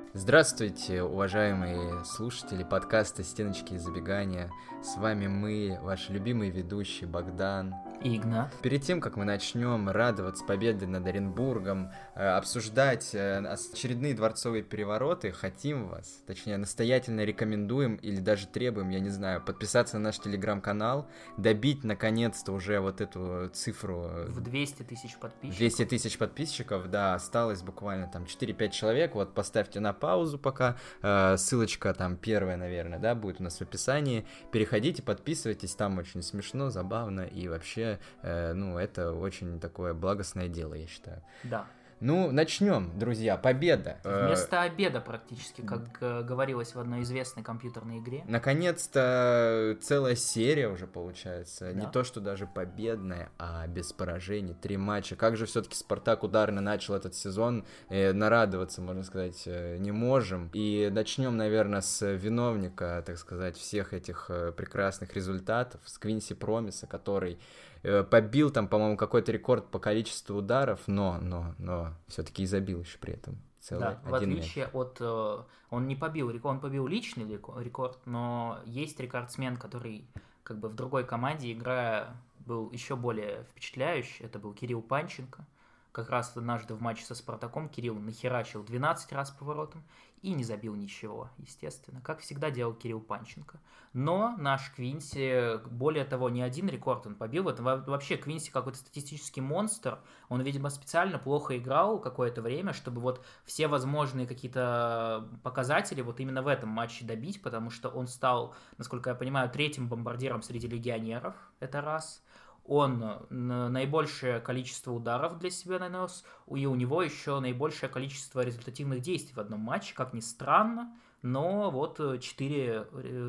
Здравствуйте, уважаемые слушатели подкаста «Стеночки и забегания». С вами мы, ваши любимые ведущие Богдан и Игнат. Перед тем, как мы начнем радоваться победе над Оренбургом, обсуждать очередные дворцовые перевороты, хотим вас, точнее, настоятельно рекомендуем или даже требуем, я не знаю, подписаться на наш телеграм-канал, добить наконец-то уже вот эту цифру. В 200 тысяч подписчиков. 200 тысяч подписчиков, да, осталось буквально там 4-5 человек, вот поставьте на паузу пока, ссылочка там первая, наверное, да, будет у нас в описании, переходите, подписывайтесь, там очень смешно, забавно и вообще, это очень такое благостное дело, я считаю. Да. Ну, начнем, друзья, победа. Вместо обеда практически, как говорилось в одной известной компьютерной игре. Наконец-то целая серия уже получается. Да. Не то, что даже победная, а без поражений. 3 матча. Как же все-таки Спартак ударно начал этот сезон. Нарадоваться, можно сказать, не можем. И начнем, наверное, с виновника, так сказать, всех этих прекрасных результатов. С Квинси Промиса, который побил там, по-моему, какой-то рекорд по количеству ударов, но все-таки и забил еще при этом. Да, в отличие от... Он не побил рекорд, он побил личный рекорд, но есть рекордсмен, который как бы в другой команде, играя, был еще более впечатляющий. Это был Кирилл Панченко. Как раз однажды в матче со Спартаком Кирилл нахерачил 12 раз поворотом и не забил ничего, естественно. Как всегда делал Кирилл Панченко. Но наш Квинси, более того, не один рекорд он побил. Это вообще Квинси какой-то статистический монстр. Он, видимо, специально плохо играл какое-то время, чтобы вот все возможные какие-то показатели вот именно в этом матче добить, потому что он стал, насколько я понимаю, третьим бомбардиром среди легионеров. Это раз. Он наибольшее количество ударов для себя нанес, и у него еще наибольшее количество результативных действий в одном матче, как ни странно, но вот 4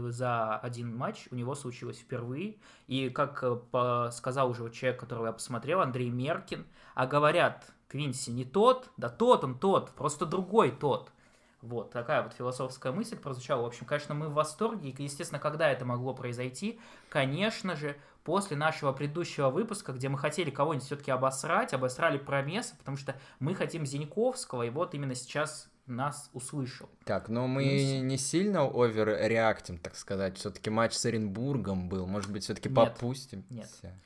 за один матч у него случилось впервые, и как сказал уже человек, которого я посмотрел, Андрей Меркин, а говорят, Квинси не тот, да тот он тот, просто другой тот. Вот, такая вот философская мысль прозвучала. В общем, конечно, мы в восторге. И, естественно, когда это могло произойти? Конечно же, после нашего предыдущего выпуска, где мы хотели кого-нибудь все-таки обосрали Промеса, потому что мы хотим Зиньковского, и вот именно сейчас нас услышал. Так, но мы не сильно оверреактим, так сказать. Все-таки матч с Оренбургом был. Может быть, все-таки попустим? Нет.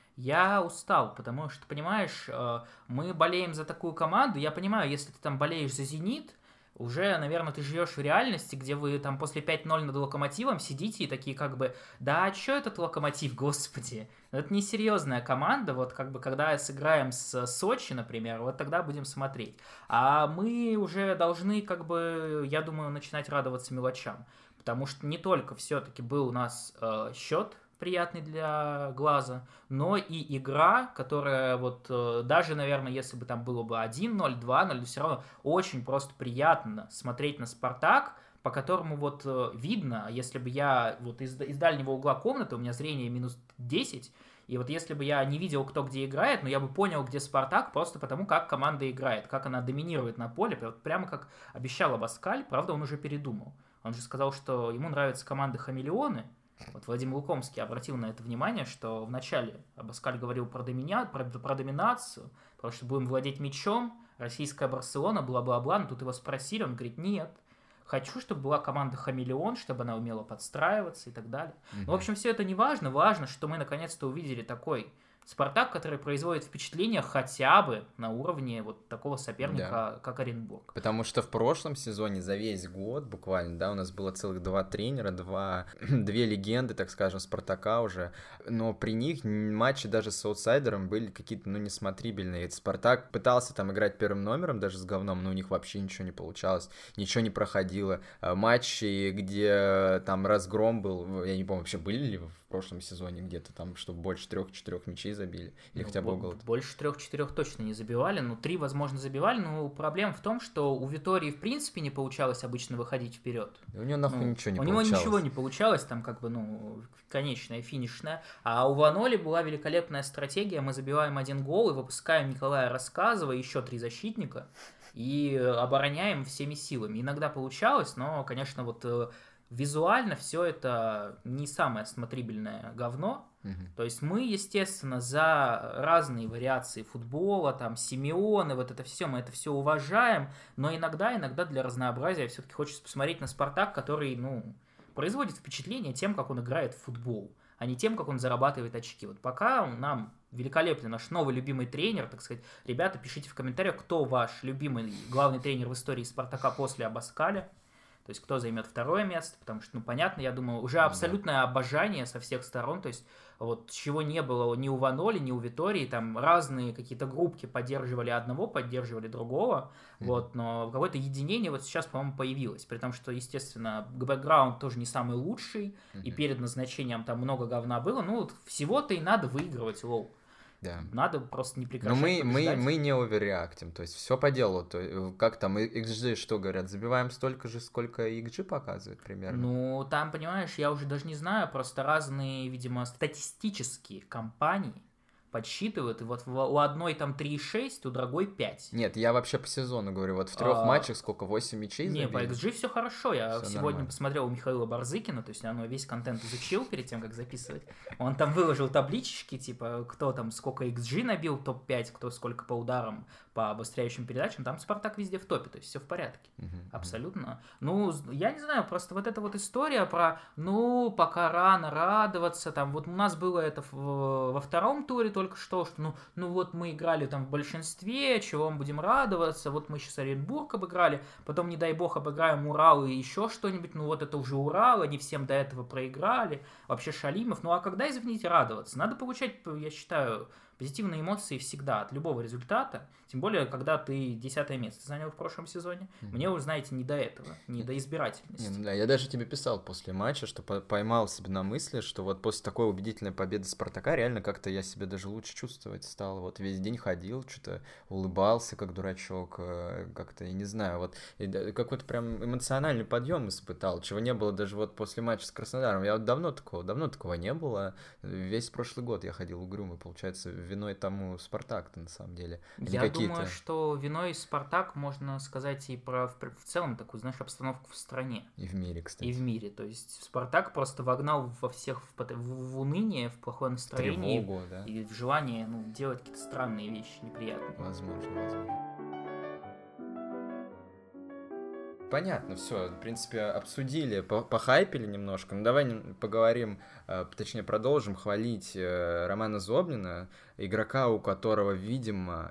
Я устал, потому что, понимаешь, мы болеем за такую команду. Я понимаю, если ты там болеешь за «Зенит», уже, наверное, ты живешь в реальности, где вы там после 5-0 над Локомотивом сидите и такие как бы, да, что этот Локомотив, господи? Это несерьезная команда, вот как бы когда сыграем с Сочи, например, вот тогда будем смотреть. А мы уже должны, как бы, я думаю, начинать радоваться мелочам, потому что не только все-таки был у нас счет приятный для глаза, но и игра, которая вот даже, наверное, если бы там было бы 1-0, 2-0, все равно очень просто приятно смотреть на Спартак, по которому вот видно, если бы я вот из дальнего угла комнаты, у меня зрение минус 10, и вот если бы я не видел, кто где играет, но я бы понял, где Спартак, просто потому, как команда играет, как она доминирует на поле, прямо как обещал Абаскаль, правда, он уже передумал. Он же сказал, что ему нравится команда «Хамелеоны». Вот Владимир Лукомский обратил на это внимание, что вначале Абаскаль говорил про доминацию, потому что будем владеть мячом, российская Барселона, бла-бла-бла, но тут его спросили, он говорит, нет, хочу, чтобы была команда «Хамелеон», чтобы она умела подстраиваться и так далее. Ну, в общем, все это не важно, важно, что мы наконец-то увидели такой Спартак, который производит впечатление хотя бы на уровне вот такого соперника, как Оренбург. Потому что в прошлом сезоне за весь год буквально, да, у нас было целых 2 тренера, 2 легенды, так скажем, Спартака уже, но при них матчи даже с аутсайдером были какие-то, несмотрибельные. Спартак пытался там играть первым номером даже с говном, но у них вообще ничего не получалось, ничего не проходило. Матчи, где там разгром был, я не помню, вообще были ли в прошлом сезоне где-то там, чтобы больше 3-4 мячей забили, или хотя бы гол. Больше 3-4 точно не забивали, 3, возможно, забивали, но проблема в том, что у Витории в принципе не получалось обычно выходить вперед. У него нахуй ничего не получалось. У него ничего не получалось, там как бы, конечная, финишная, а у Ваноли была великолепная стратегия, мы забиваем 1 гол и выпускаем Николая Рассказова, еще 3 защитника, и обороняем всеми силами. Иногда получалось, но, конечно, вот визуально все это не самое смотрибельное говно. То есть мы, естественно, за разные вариации футбола, там, Симеоны, вот это все, мы это все уважаем, но иногда для разнообразия все-таки хочется посмотреть на Спартак, который, производит впечатление тем, как он играет в футбол, а не тем, как он зарабатывает очки. Вот пока нам великолепный наш новый любимый тренер, так сказать, ребята, пишите в комментариях, кто ваш любимый главный тренер в истории Спартака после Абаскаля. То есть, кто займет второе место, потому что, понятно, я думаю, уже абсолютное обожание со всех сторон, то есть, вот чего не было ни у Ваноли, ни у Витории, там разные какие-то группки поддерживали одного, поддерживали другого, вот, но какое-то единение вот сейчас, по-моему, появилось, при том, что, естественно, бэкграунд тоже не самый лучший, и перед назначением там много говна было, вот всего-то и надо выигрывать, лоу. Да. Надо просто не прекращать. Но мы не оверреактим, то есть все по делу. Как там XG, что говорят, забиваем столько же, сколько XG показывает примерно? Там, понимаешь, я уже даже не знаю, просто разные, видимо, статистические компании подсчитывают, и вот у одной там 3,6, у другой 5. Нет, я вообще по сезону говорю, вот в 3 матчах сколько, 8 мячей забили? Не, по XG все хорошо, я всё сегодня нормально. посмотрел у Михаила Барзыкина, то есть он весь контент изучил перед тем, как записывать. Он там выложил таблички, типа, кто там сколько XG набил, топ-5, кто сколько по ударам, по обостряющим передачам, там Спартак везде в топе, то есть все в порядке. Абсолютно. Я не знаю, просто вот эта вот история про, пока рано радоваться, там, вот у нас было это во втором туре только что вот мы играли там в большинстве, чего мы будем радоваться, вот мы сейчас Оренбург обыграли, потом, не дай бог, обыграем Урал и еще что-нибудь, вот это уже Урал, они всем до этого проиграли, вообще Шалимов, а когда, извините, радоваться? Надо получать, я считаю, позитивные эмоции всегда от любого результата, тем более, когда ты 10 место занял в прошлом сезоне. Мне уже, знаете, не до этого, не до избирательности. Я даже тебе писал после матча, что поймал себя на мысли, что вот после такой убедительной победы Спартака реально как-то я себя даже лучше чувствовать стал. Вот весь день ходил, что-то улыбался, как дурачок, как-то, я не знаю, вот какой-то прям эмоциональный подъем испытал, чего не было даже вот после матча с Краснодаром. Я вот давно такого не было. Весь прошлый год я ходил угрюмый, получается, виной тому Спартак-то на самом деле. Я думаю, что виной Спартак можно сказать и про в целом такую, знаешь, обстановку в стране. И в мире, кстати. И в мире. То есть Спартак просто вогнал во всех в уныние, в плохое настроение. В тревогу, да. И в желание делать какие-то странные вещи неприятные. Возможно. Понятно, все, в принципе, обсудили, похайпили немножко. Давай поговорим, точнее, продолжим хвалить Романа Зобнина, игрока, у которого, видимо,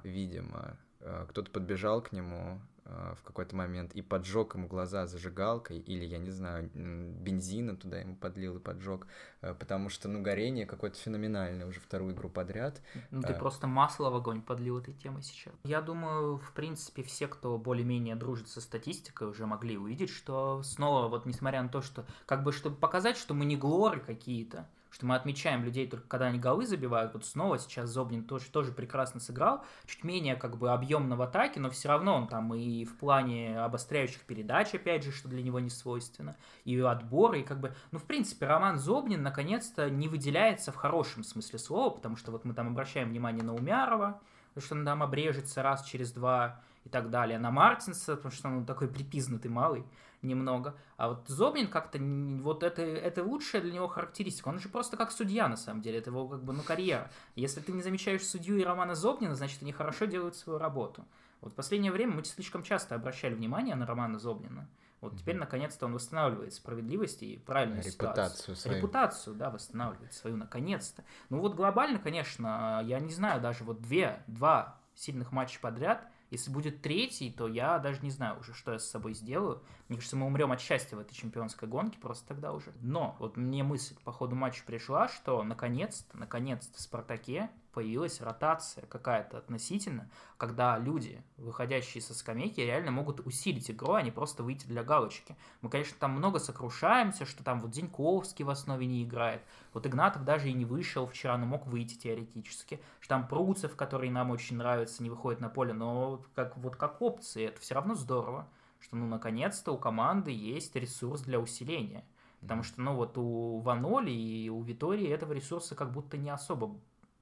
кто-то подбежал к нему в какой-то момент и поджег ему глаза зажигалкой, или, я не знаю, бензина туда ему подлил и поджег, потому что, горение какое-то феноменальное уже вторую игру подряд. Ты просто масло в огонь подлил этой темой сейчас. Я думаю, в принципе, все, кто более-менее дружит со статистикой, уже могли увидеть, что снова, вот несмотря на то, что, чтобы показать, что мы не глоры какие-то, что мы отмечаем людей только когда они голы забивают. Вот снова сейчас Зобнин тоже прекрасно сыграл, чуть менее объемно в атаке, но все равно он там и в плане обостряющих передач, опять же, что для него не свойственно, и отбора, и в принципе, Роман Зобнин наконец-то не выделяется в хорошем смысле слова, потому что вот мы там обращаем внимание на Умярова, что он там обрежется раз через два и так далее, на Мартинса, потому что он такой припизнутый малый немного. А вот Зобнин как-то, вот это лучшая для него характеристика. Он же просто как судья, на самом деле. Это его карьера. Если ты не замечаешь судью и Романа Зобнина, значит, они хорошо делают свою работу. Вот в последнее время мы слишком часто обращали внимание на Романа Зобнина. Вот теперь, наконец-то, он восстанавливает справедливость и правильную ситуацию. Репутацию, да, восстанавливает свою, наконец-то. Глобально, конечно, я не знаю, даже вот два сильных матча подряд. Если будет третий, то я даже не знаю уже, что я с собой сделаю. Мне кажется, мы умрем от счастья в этой чемпионской гонке просто тогда уже. Но вот мне мысль по ходу матча пришла, что наконец-то в «Спартаке» появилась ротация какая-то относительно, когда люди, выходящие со скамейки, реально могут усилить игру, а не просто выйти для галочки. Мы, конечно, там много сокрушаемся, что там вот Дзиньковский в основе не играет. Вот Игнатов даже и не вышел вчера, но мог выйти теоретически. Что там Пруцев, который нам очень нравится, не выходит на поле, но как опции, это все равно здорово, что наконец-то у команды есть ресурс для усиления. Потому что у Ваноли и у Витории этого ресурса как будто не особо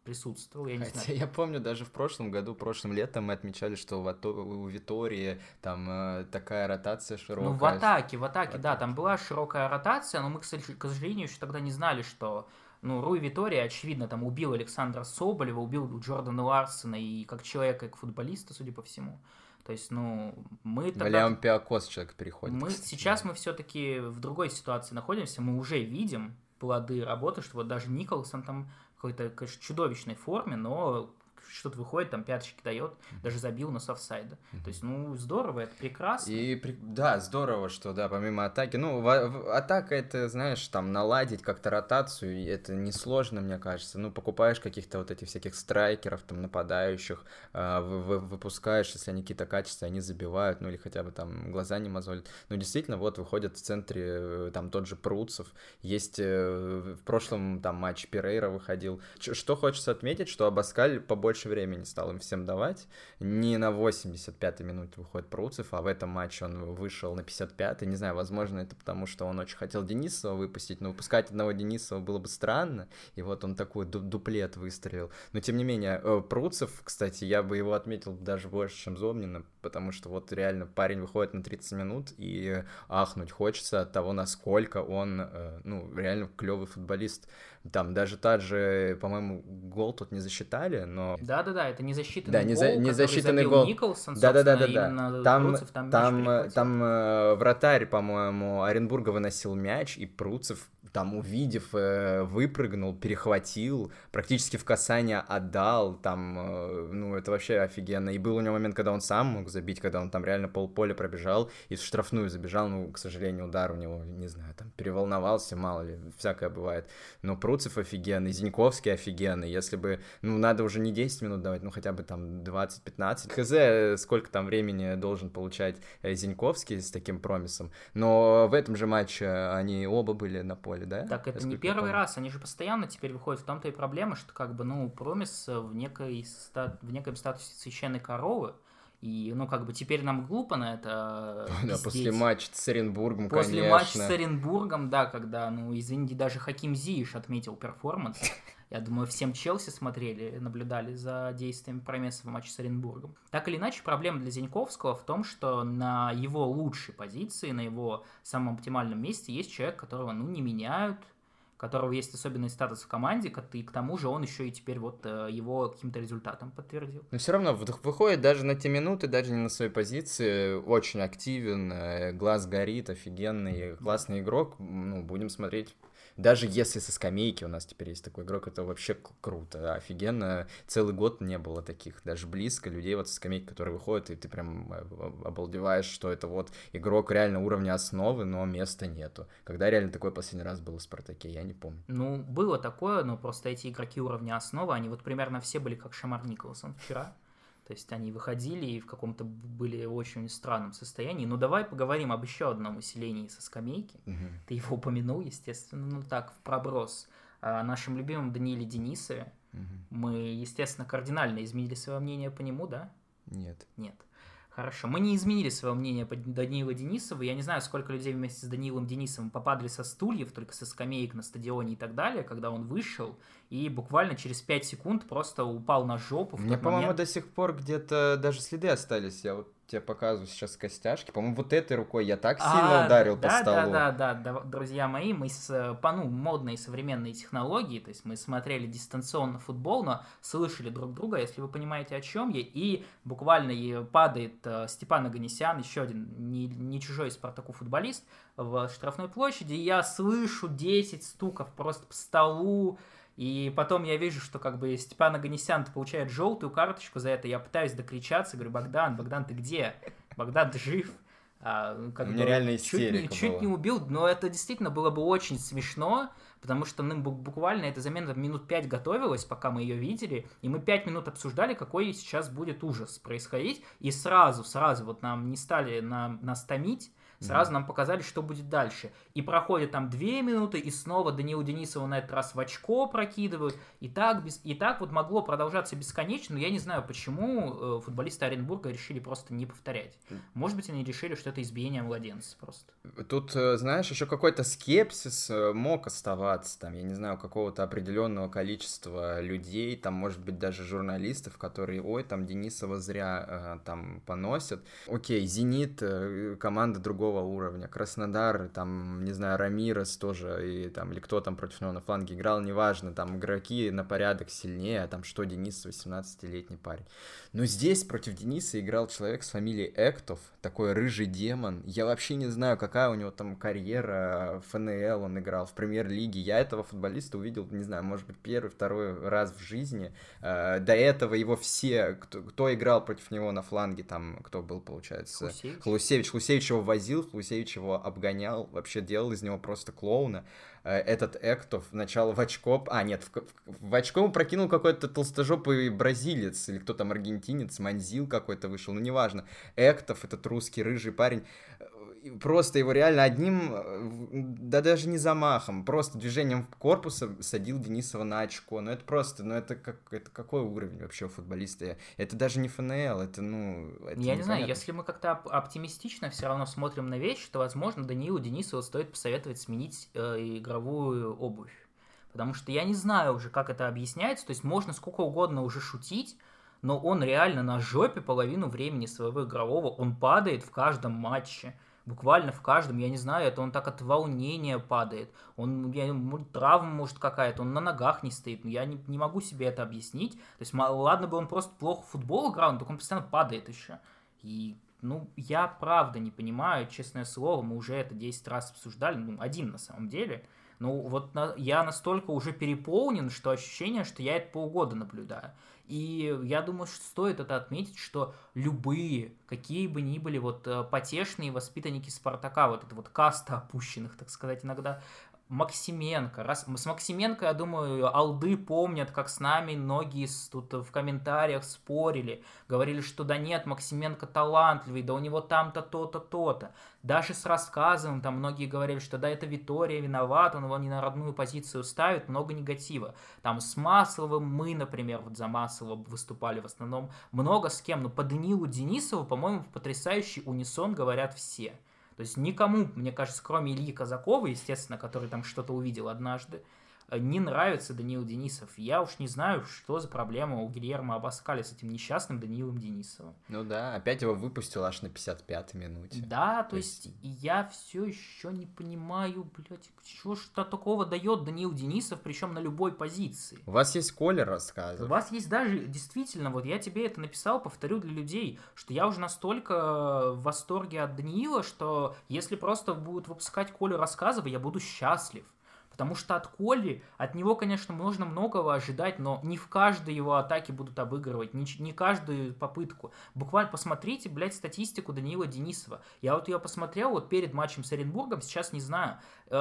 присутствовал, я не знаю. Хотя я помню, даже в прошлом году, прошлым летом мы отмечали, что у Витории там такая ротация широкая. Ну, в атаке, да, там была широкая ротация, но мы, к сожалению, еще тогда не знали, что, ну, Руй Витория, очевидно, там убил Александра Соболева, убил Джордана Ларсона и как человека, и как футболиста, судя по всему. То есть, ну, мы тогда... Олимпиакос человек переходит. Сейчас мы все-таки в другой ситуации находимся, мы уже видим плоды работы, что вот даже Николсон там в какой-то, конечно, чудовищной форме, но что-то выходит, там пяточки дает, даже забил, но с офсайда. То есть, ну, здорово, это прекрасно. Да, здорово, что, да, помимо атаки, ну, атака это, знаешь, там, наладить как-то ротацию, это несложно, мне кажется. Ну, покупаешь каких-то вот этих всяких страйкеров, там, нападающих, выпускаешь, если они какие-то качества, они забивают, ну, или хотя бы там глаза не мозолят. Ну, действительно, вот выходит в центре, там, тот же Пруцев, есть в прошлом, там, матч Перейра выходил. Что хочется отметить, что Абаскаль побольше времени стал им всем давать. Не на 85-й минуте выходит Пруцев, а в этом матче он вышел на 55-й. Не знаю, возможно, это потому, что он очень хотел Денисова выпустить, но выпускать одного Денисова было бы странно, и вот он такой дуплет выстрелил. Но, тем не менее, Пруцев, кстати, я бы его отметил даже больше, чем Зобнина, потому что вот реально парень выходит на 30 минут, и ахнуть хочется от того, насколько он, ну, реально клевый футболист. Там даже же, по-моему, гол тут не засчитали, но... Да-да-да, это не засчитанный да, гол, не засчитанный гол. Николсон, Да. Там вратарь, по-моему, Оренбурга выносил мяч, и Пруцев, там, увидев, выпрыгнул, перехватил, практически в касание отдал, там, ну, это вообще офигенно. И был у него момент, когда он сам мог забить, когда он там реально полполя пробежал и в штрафную забежал, ну, к сожалению, удар у него, не знаю, там, переволновался, мало ли, всякое бывает. Но Пруцев офигенный, Зиньковский офигенный, если бы, ну, надо уже не 10 минут давать, ну, хотя бы там 20-15. Хз, сколько там времени должен получать Зиньковский с таким промисом. Но в этом же матче они оба были на поле, да? Так это не первый раз, они же постоянно теперь выходят. В том-то и проблема, что как бы, ну, промис в неком статусе священной коровы. И, ну, как бы теперь нам глупо на это да, после матча с Оренбургом, после матча с Оренбургом, да, когда, ну, извините, даже Хаким Зиеш отметил перформанс. Я думаю, всем Челси смотрели, наблюдали за действиями Промеса в матче с Оренбургом. Так или иначе, проблема для Зиньковского в том, что на его лучшей позиции, на его самом оптимальном месте есть человек, которого, ну, не меняют, у которого есть особенный статус в команде, и к тому же он еще и теперь вот его каким-то результатом подтвердил. Но все равно выходит даже на те минуты, даже не на своей позиции, очень активен, глаз горит, офигенный, классный игрок, ну, будем смотреть. Даже если со скамейки у нас теперь есть такой игрок, это вообще круто, офигенно. Целый год не было таких, даже близко, людей вот со скамейки, которые выходят, и ты прям обалдеваешь, что это вот игрок реально уровня основы, но места нету. Когда реально такое последний раз было в «Спартаке», я не помню. Ну, было такое, но просто эти игроки уровня основы, они вот примерно все были как Шамар Николсон вчера. То есть они выходили и в каком-то были очень странном состоянии. Но давай поговорим об еще одном усилении со скамейки. Ты его упомянул, естественно, ну так, в проброс. О нашем любимом Данииле Денисове. Мы, естественно, кардинально изменили свое мнение по нему, да? Нет. Хорошо, мы не изменили свое мнение по Даниилу Денисову. Я не знаю, сколько людей вместе с Даниилом Денисовым попадали со стульев, только со скамеек на стадионе и так далее, когда он вышел, и буквально через 5 секунд просто упал на жопу. Мне, по-моему, до сих пор где-то даже следы остались. Я вот тебе показываю сейчас костяшки. По-моему, вот этой рукой я так сильно ударил по столу. Да, друзья мои, мы модные современные технологии, то есть мы смотрели дистанционно футбол, но слышали друг друга, если вы понимаете, о чем я, и буквально падает Степан Оганесян, еще один не чужой Спартаку футболист, в штрафной площади, и я слышу 10 стуков просто по столу. И потом я вижу, что как бы Степан Оганесян получает желтую карточку за это. Я пытаюсь докричаться, говорю: Богдан, ты где? Богдан, ты жив? У меня реально истерика чуть не убил, но это действительно было бы очень смешно, потому что буквально эта замена минут 5 готовилась, пока мы ее видели, и мы 5 минут обсуждали, какой сейчас будет ужас происходить, и сразу вот нам не стали нас томить, Сразу нам показали, что будет дальше. И проходит там 2 минуты, и снова Даниила Денисова на этот раз в очко прокидывают. И так вот могло продолжаться бесконечно, но я не знаю, почему футболисты Оренбурга решили просто не повторять. Может быть, они решили, что это избиение младенца просто. Тут, знаешь, еще какой-то скепсис мог оставаться, там, я не знаю, у какого-то определенного количества людей, там, может быть, даже журналистов, которые, ой, там, Денисова зря там поносят. Окей, «Зенит» команда другого уровня, Краснодар, там, не знаю, Рамирес тоже, и, там, или кто там против него на фланге играл, неважно, там, игроки на порядок сильнее, а там, что Денис, 18-летний парень. Но здесь против Дениса играл человек с фамилией Эктов, такой рыжий демон. Я вообще не знаю, какая у него там карьера, в ФНЛ он играл, в премьер-лиге. Я этого футболиста увидел, не знаю, может быть, первый, второй раз в жизни. До этого его все, кто играл против него на фланге, там, кто был, получается? Хлусевич. Хлусевич его возил, Хлусевич его обгонял, вообще делал из него просто клоуна. Этот Эктов сначала в очко... в очко ему прокинул какой-то толстожопый бразилец, или кто там, аргентинец, Манзил какой-то вышел, ну неважно. Эктов, этот русский рыжий парень, просто его реально одним, да даже не замахом, просто движением корпуса садил Денисова на очко. Ну это просто, это какой уровень вообще у футболиста? Это даже не ФНЛ, это, это я не знаю, если мы как-то оптимистично все равно смотрим на вещи, то, возможно, Даниилу Денисову стоит посоветовать сменить игровую обувь. Потому что я не знаю уже, как это объясняется, то есть можно сколько угодно уже шутить, но он реально на жопе половину времени своего игрового, он падает в каждом матче. Буквально в каждом, я не знаю, это он так от волнения падает, травма может какая-то, он на ногах не стоит, но я не могу себе это объяснить. То есть, ладно бы он просто плохо в футбол играл, но только он постоянно падает еще. И, я правда не понимаю, честное слово, мы уже это 10 раз обсуждали, один на самом деле. Я настолько уже переполнен, что ощущение, что я это полгода наблюдаю. И я думаю, что стоит это отметить, что любые, какие бы ни были потешные воспитанники Спартака, эта каста опущенных, так сказать, иногда, Максименко. С Максименко, я думаю, алды помнят, как с нами многие тут в комментариях спорили, говорили, что да нет, Максименко талантливый, да у него там-то, то-то, то-то. Даже с рассказом там многие говорили, что да, это Витория виноват, он его не на родную позицию ставит, много негатива. Там с Масловым мы, например, за Маслова выступали в основном, много с кем, но по Даниилу Денисову, по-моему, в потрясающий унисон говорят все. То есть никому, мне кажется, кроме Ильи Казакова, естественно, который там что-то увидел однажды, не нравится Даниил Денисов. Я уж не знаю, что за проблема у Гильермо Абаскали с этим несчастным Даниилом Денисовым. Ну да, опять его выпустил аж на 55-й минуте. Да, то есть я все еще не понимаю, что такого дает Даниил Денисов, причем на любой позиции. У вас есть Коля рассказов. У вас есть даже, действительно, я тебе это написал, повторю для людей, что я уже настолько в восторге от Даниила, что если просто будут выпускать Колю рассказов, я буду счастлив. Потому что от Коли, от него, конечно, можно многого ожидать, но не в каждой его атаке будут обыгрывать, не каждую попытку. Буквально посмотрите, статистику Даниила Денисова. Я ее посмотрел перед матчем с Оренбургом, сейчас не знаю,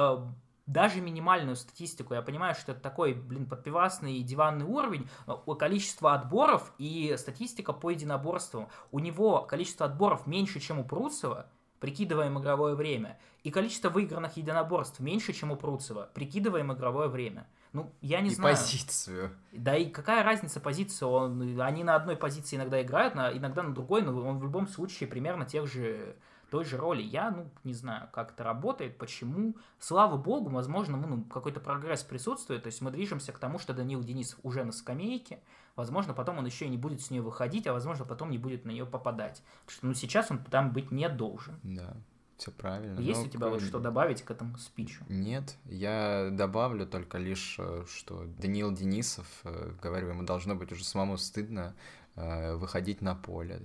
даже минимальную статистику. Я понимаю, что это такой, подпивасный и диванный уровень, количество отборов и статистика по единоборствам. У него количество отборов меньше, чем у Пруцева, прикидываем игровое время, и количество выигранных единоборств меньше, чем у Пруцева, прикидываем игровое время. Я не знаю. И позицию. Да и какая разница позиция? Они на одной позиции иногда играют, иногда на другой, но он в любом случае примерно той же роли. Я, не знаю, как это работает, почему. Слава богу, возможно, какой-то прогресс присутствует, то есть мы движемся к тому, что Даниил Денисов уже на скамейке, возможно, потом он еще и не будет с нее выходить, а возможно, потом не будет на нее попадать. Потому что, сейчас он там быть не должен. Да, все правильно. Есть у тебя что добавить к этому спичу? Нет, я добавлю только лишь, что Даниил Денисов, говорю, ему должно быть уже самому стыдно выходить на поле.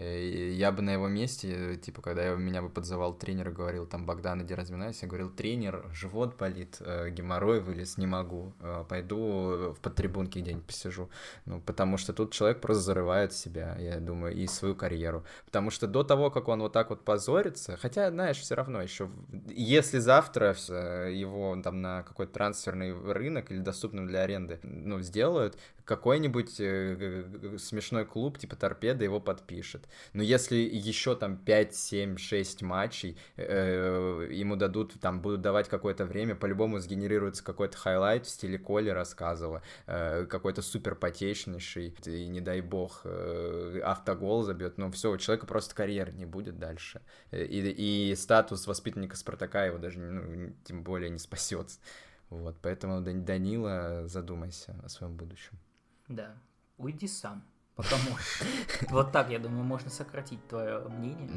Я бы на его месте, когда меня бы подзывал тренер и говорил, там, Богдан, иди разминайся, я говорил, тренер, живот болит, геморрой вылез, не могу, пойду в подтрибунке где-нибудь посижу. Потому что тут человек просто зарывает себя, я думаю, и свою карьеру. Потому что до того, как он так позорится, хотя, знаешь, все равно еще, если завтра его там на какой-то трансферный рынок или доступным для аренды, сделают, какой-нибудь смешной клуб типа Торпеда его подпишет. Но если еще там 5, 7, 6 матчей ему дадут, там будут давать какое-то время, по-любому сгенерируется какой-то хайлайт в стиле Коли рассказывала, какой-то супер потечнейший, и не дай бог автогол забьет, но все, у человека просто карьеры не будет дальше. И статус воспитанника Спартака его даже, ну, тем более не спасет. Вот, поэтому, Данила, задумайся о своем будущем. Да, уйди сам, пока можешь. Вот так, я думаю, можно сократить твое мнение.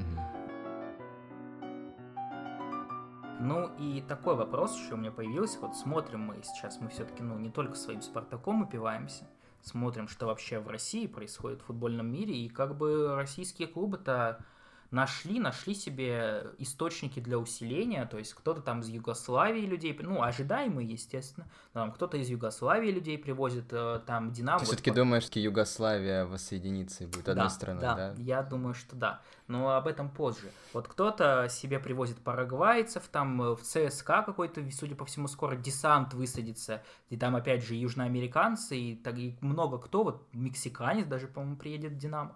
Ну и такой вопрос еще у меня появился. Вот смотрим мы сейчас, мы все-таки, ну, не только своим Спартаком упиваемся, смотрим, что вообще в России происходит в футбольном мире, и как бы российские клубы-то нашли себе источники для усиления, то есть кто-то там из Югославии людей, ну, ожидаемые, естественно, там кто-то из Югославии людей привозит, там Динамо. Ты все-таки думаешь, что Югославия воссоединится и будет одной страной, да? Да, я думаю, что да, но об этом позже. Вот кто-то себе привозит парагвайцев, там в ЦСКА какой-то, судя по всему, скоро десант высадится, и там опять же южноамериканцы, и много кто, вот мексиканец даже, по-моему, приедет в Динамо.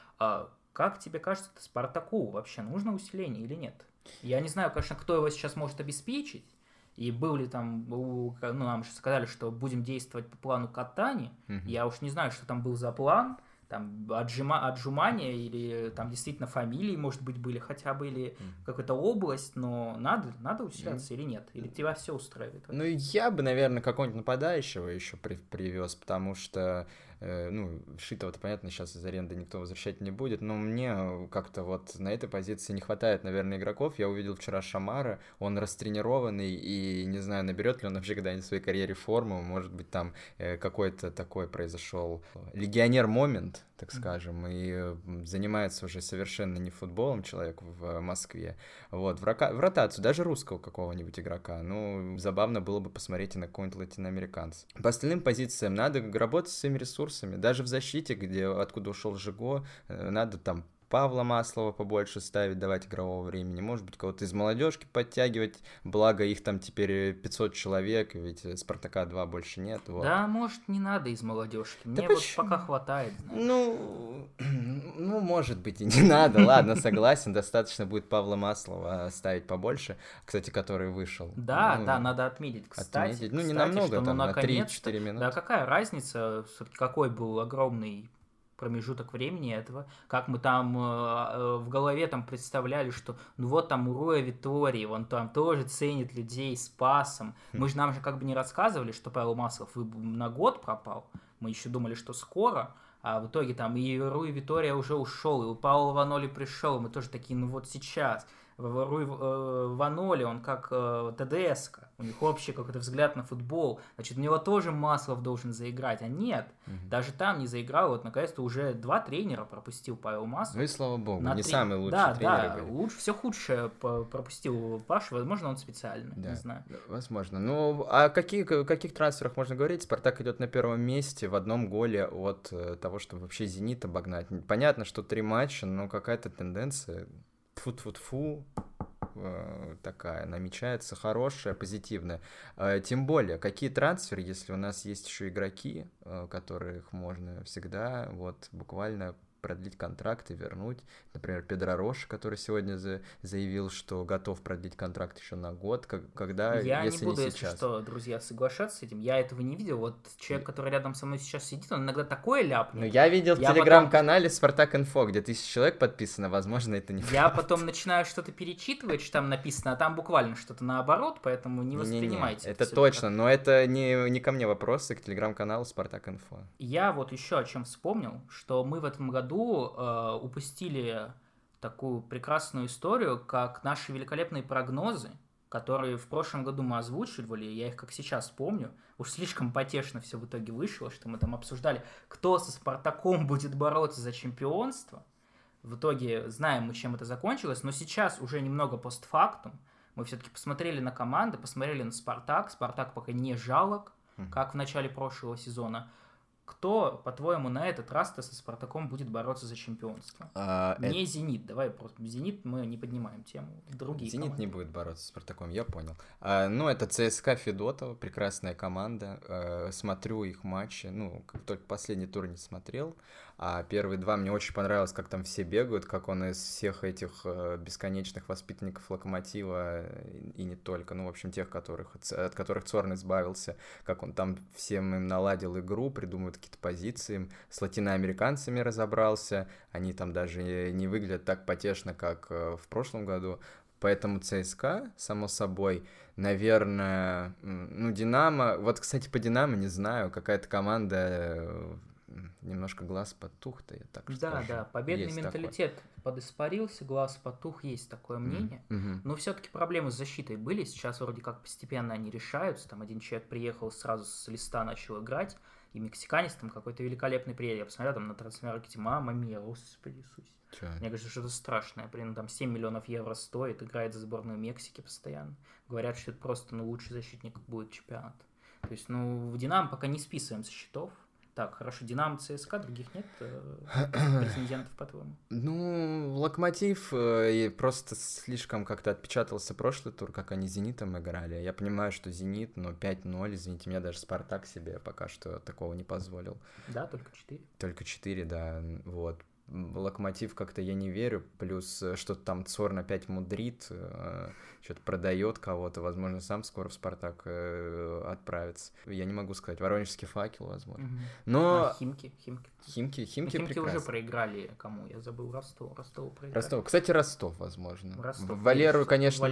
Как тебе кажется, Спартаку вообще нужно усиление или нет? Я не знаю, конечно, кто его сейчас может обеспечить. И был ли там, ну, нам же сказали, что будем действовать по плану Катани. Я уж не знаю, что там был за план. Там отжимания или там действительно фамилии, может быть, были хотя бы, или какая-то область, но надо усиляться или нет? Или тебя все устраивает? Ну, я бы, наверное, какого-нибудь нападающего еще привез, потому что, ну, Шитова-то, понятно, сейчас из аренды никто возвращать не будет, но мне как-то вот на этой позиции не хватает, наверное, игроков. Я увидел вчера Шамара, он растренированный, и не знаю, наберет ли он вообще когда-нибудь в своей карьере форму, может быть, там какой-то такой произошел легионер-момент, так скажем, и занимается уже совершенно не футболом человек в Москве. Вот, в ротацию, даже русского какого-нибудь игрока. Ну, забавно было бы посмотреть и на какого-нибудь латиноамериканца. По остальным позициям надо работать с своими ресурсами. Даже в защите, откуда ушел Жиго, надо там Павла Маслова побольше ставить, давать игрового времени, может быть, кого-то из молодежки подтягивать, благо их там теперь 500 человек, ведь Спартака 2 больше нет. Вот. Да, может, не надо из молодежки, мне вот пока хватает. Ну, может быть, и не надо, ладно, согласен, достаточно будет Павла Маслова ставить побольше, кстати, который вышел. Да, надо отметить, кстати. Ну, не намного, там, на 3-4 минуты. Да, какая разница, какой был огромный промежуток времени этого, как мы там в голове там представляли, что ну вот там Руя Витории, он там тоже ценит людей с пасом. Нам же как бы не рассказывали, что Павел Маслов на год пропал. Мы еще думали, что скоро, а в итоге там и Руя Витория уже ушел, и Пауло Ваноли пришел, и мы тоже такие, ну вот сейчас. Руй Ваноли, он как ТДС-ка, у них общий какой-то взгляд на футбол, значит, у него тоже Маслов должен заиграть, а нет, даже там не заиграл, вот наконец-то уже 2 тренера пропустил Павел Маслов. Ну и слава богу, не самые лучшие тренеры были. Все худшее пропустил Паша, возможно, он специально, не знаю. Возможно, ну, о каких трансферах можно говорить? Спартак идет на первом месте в одном голе от того, чтобы вообще Зенит обогнать. Понятно, что 3 матча, но какая-то тенденция... Тьфу-тьфу-тьфу, такая намечается, хорошая, позитивная. Тем более, какие трансферы, если у нас есть еще игроки, которых можно всегда вот буквально продлить контракт и вернуть. Например, Педро Роша, который сегодня заявил, что готов продлить контракт еще на год, когда, я если не буду, не сейчас. Если что, друзья, соглашаться с этим. Я этого не видел. Вот человек, который рядом со мной сейчас сидит, он иногда такое ляпнет. Ну, я видел в телеграм-канале Спартак.Инфо, где 1000 человек подписано, возможно, это не Я потом начинаю что-то перечитывать, что там написано, а там буквально что-то наоборот, поэтому не воспринимайте. Это точно, но это не ко мне вопросы, к телеграм-каналу Спартак.Инфо. Я вот еще о чем вспомнил, что мы в этом году упустили такую прекрасную историю, как наши великолепные прогнозы, которые в прошлом году мы озвучивали, я их как сейчас помню, уж слишком потешно все в итоге вышло, что мы там обсуждали, кто со Спартаком будет бороться за чемпионство. В итоге знаем мы, чем это закончилось, но сейчас уже немного постфактум. Мы все-таки посмотрели на команды, посмотрели на Спартак. Спартак пока не жалок, как в начале прошлого сезона. Кто, по-твоему, на этот раз-то со Спартаком будет бороться за чемпионство? Не Зенит, давай просто. Зенит мы не поднимаем тему. Другие Зенит команды. не будет бороться с Спартаком, я понял. Ну, это ЦСКА Федотова, прекрасная команда. Смотрю их матчи, ну, только последний тур не смотрел. А первые два мне очень понравилось, как там все бегают, как он из всех этих бесконечных воспитанников Локомотива, и не только, ну, в общем, тех, от которых Цорн избавился, как он там всем им наладил игру, придумывает какие-то позиции, с латиноамериканцами разобрался, они там даже не выглядят так потешно, как в прошлом году. Поэтому ЦСКА, само собой, наверное, ну, Динамо, вот, кстати, по Динамо не знаю, какая-то команда, немножко глаз потух-то, я так скажу. Да, победный Есть менталитет подиспарился, глаз потух, есть такое мнение. Но все-таки проблемы с защитой были, сейчас вроде как постепенно они решаются, там один человек приехал, сразу с листа начал играть, и мексиканец там какой-то великолепный приедет. Я посмотрел там на трансфер-маркете, мама мия, господи Иисусе. Мне кажется, что-то страшное. Блин, там 7 миллионов евро стоит, играет за сборную Мексики постоянно. Говорят, что это просто, лучший защитник будет чемпионат. То есть, в Динамо пока не списываем со счетов. Так, хорошо, Динамо, ЦСКА, других нет претендентов, по-твоему? Ну, Локомотив просто слишком как-то отпечатался прошлый тур, как они с Зенитом играли. Я понимаю, что Зенит, но 5-0, извините меня, даже Спартак себе пока что такого не позволил. Да, только 4. Только 4, да, вот. Локомотив как-то я не верю, плюс что-то там Цорн опять мудрит, что-то продает кого-то, возможно, сам скоро в Спартак отправится. Я не могу сказать, Воронежский Факел, возможно. Но... Химки Химки уже проиграли кому? Я забыл, Ростову проиграли. Ростов. Кстати, Ростов, возможно. Ростов. Валеру, конечно,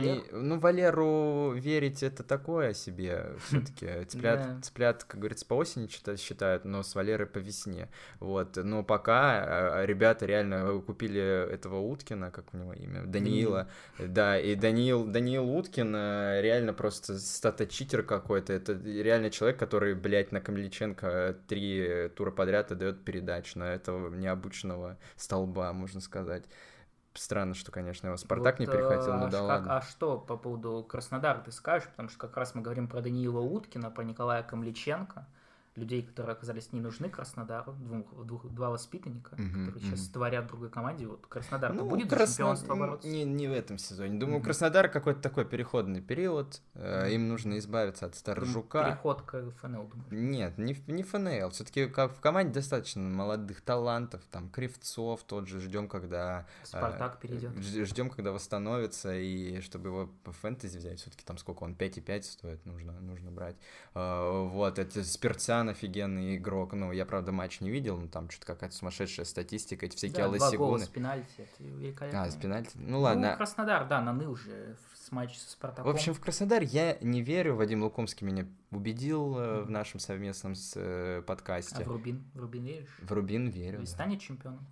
Валеру верить это такое себе. Все-таки цыплят, как говорится, по осени считают, но с Валерой по весне. Вот. Но пока ребята реально купили этого Уткина, как у него имя, Даниила. Да, и Даниил Уткин реально просто стата-читер какой-то. Это реально человек, который, блядь, на Камличенко 3 тура подряд отдает передач на этого необученного столба, можно сказать. Странно, что, конечно, его Спартак не перехватил, но да ладно. А что по поводу Краснодара ты скажешь? Потому что как раз мы говорим про Даниила Уткина, про Николая Камличенко, людей, которые оказались не нужны Краснодару, два воспитанника, которые сейчас творят в другой команде. Вот Краснодар будет за чемпионство бороться? Не в этом сезоне. Думаю, Краснодар какой-то такой переходный период. Им нужно избавиться от Старжука. Переход к ФНЛ, думаешь? Нет, не ФНЛ. Все-таки как в команде достаточно молодых талантов. Там Кривцов тот же. Ждем, когда Спартак перейдет. Ждем, когда восстановится. И чтобы его по фэнтези взять, все-таки там сколько он, 5,5 стоит, нужно брать. Вот, это Спиртян офигенный игрок. Ну, я, правда, матч не видел, но там что-то какая-то сумасшедшая статистика, эти всякие Алла Сигуны. 2 гола с пенальти, это великолепно. С пенальти? Ну, ладно. Краснодар, да, наныл же с матча со Спартаком. В общем, в Краснодар я не верю. Вадим Лукомский меня убедил в нашем совместном подкасте. А в Рубин веришь? В Рубин верю. И станет чемпионом?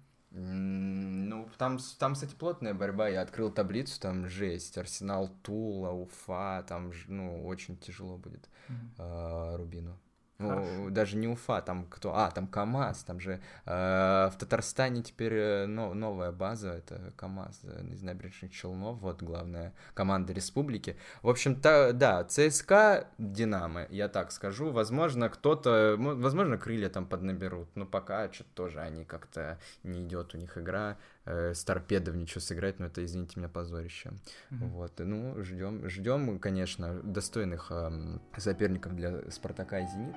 Ну, там, кстати, плотная борьба. Я открыл таблицу, там жесть. Арсенал, Тула, Уфа, там, очень тяжело будет Рубину. Ну, даже не Уфа, там кто? Там КамАЗ, там же в Татарстане теперь новая база, это КамАЗ из Набережных Челнов, вот главная команда республики. В общем-то, да, ЦСКА, Динамо, я так скажу, возможно, возможно, крылья там поднаберут, но пока что-то тоже они как-то не идет у них игра, с Торпедо ничего сыграть, но это, извините меня, позорище. Вот, ну, ждем, конечно, достойных соперников для Спартака и Зенита.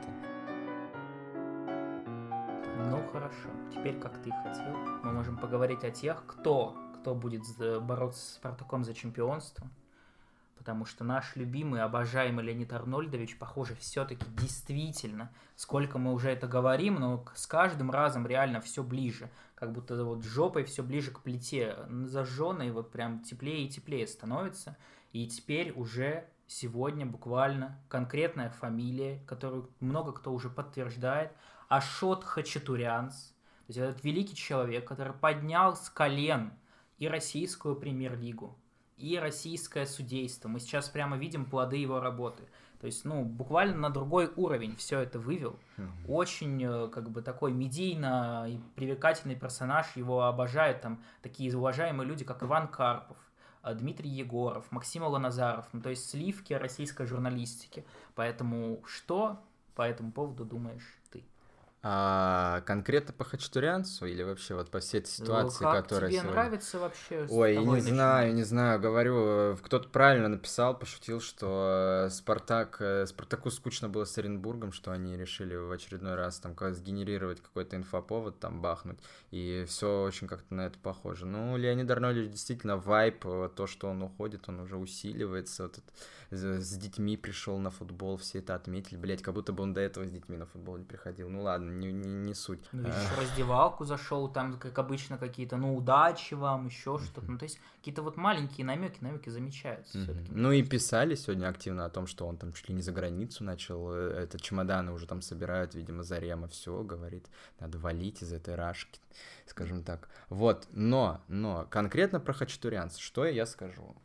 Ну, хорошо. Теперь, как ты хотел, мы можем поговорить о тех, кто будет бороться с Спартаком за чемпионство. Потому что наш любимый, обожаемый Леонид Арнольдович, похоже, все-таки действительно, сколько мы уже это говорим, но с каждым разом реально все ближе. Как будто вот жопой все ближе к плите зажженной, вот прям теплее и теплее становится. И теперь уже сегодня буквально конкретная фамилия, которую много кто уже подтверждает, Ашот Хачатурянц. То есть этот великий человек, который поднял с колен и российскую премьер-лигу, и российское судейство. Мы сейчас прямо видим плоды его работы. То есть, буквально на другой уровень все это вывел. Очень, такой медийно и привлекательный персонаж. Его обожают там такие уважаемые люди, как Иван Карпов, Дмитрий Егоров, Максим Ланазаров. То есть, сливки российской журналистики. Поэтому что по этому поводу думаешь ты? А конкретно по хачатурянцу или вообще вот по всей этой ситуации, Как которая тебе сегодня... нравится вообще с Ой, тобой начинать? не знаю, говорю, кто-то правильно написал, пошутил, что Спартаку скучно было с Оренбургом, что они решили в очередной раз там сгенерировать какой-то инфоповод, там бахнуть, и все очень как-то на это похоже. Ну, Леонид Арнольдович действительно вайп, то, что он уходит, он уже усиливается, вот с детьми пришел на футбол, все это отметили, блять, как будто бы он до этого с детьми на футбол не приходил. Ну ладно, не суть. Ну, видишь, в раздевалку зашел, там, как обычно, какие-то, ну, удачи вам, еще что-то. Ну, то есть, какие-то вот маленькие намеки замечаются все-таки. Ну и писали сегодня активно о том, что он там чуть ли не за границу начал, это чемоданы уже там собирают, видимо, Зарема, все, говорит, надо валить из этой рашки, скажем так. Вот, но конкретно про хачатурянца, что я скажу?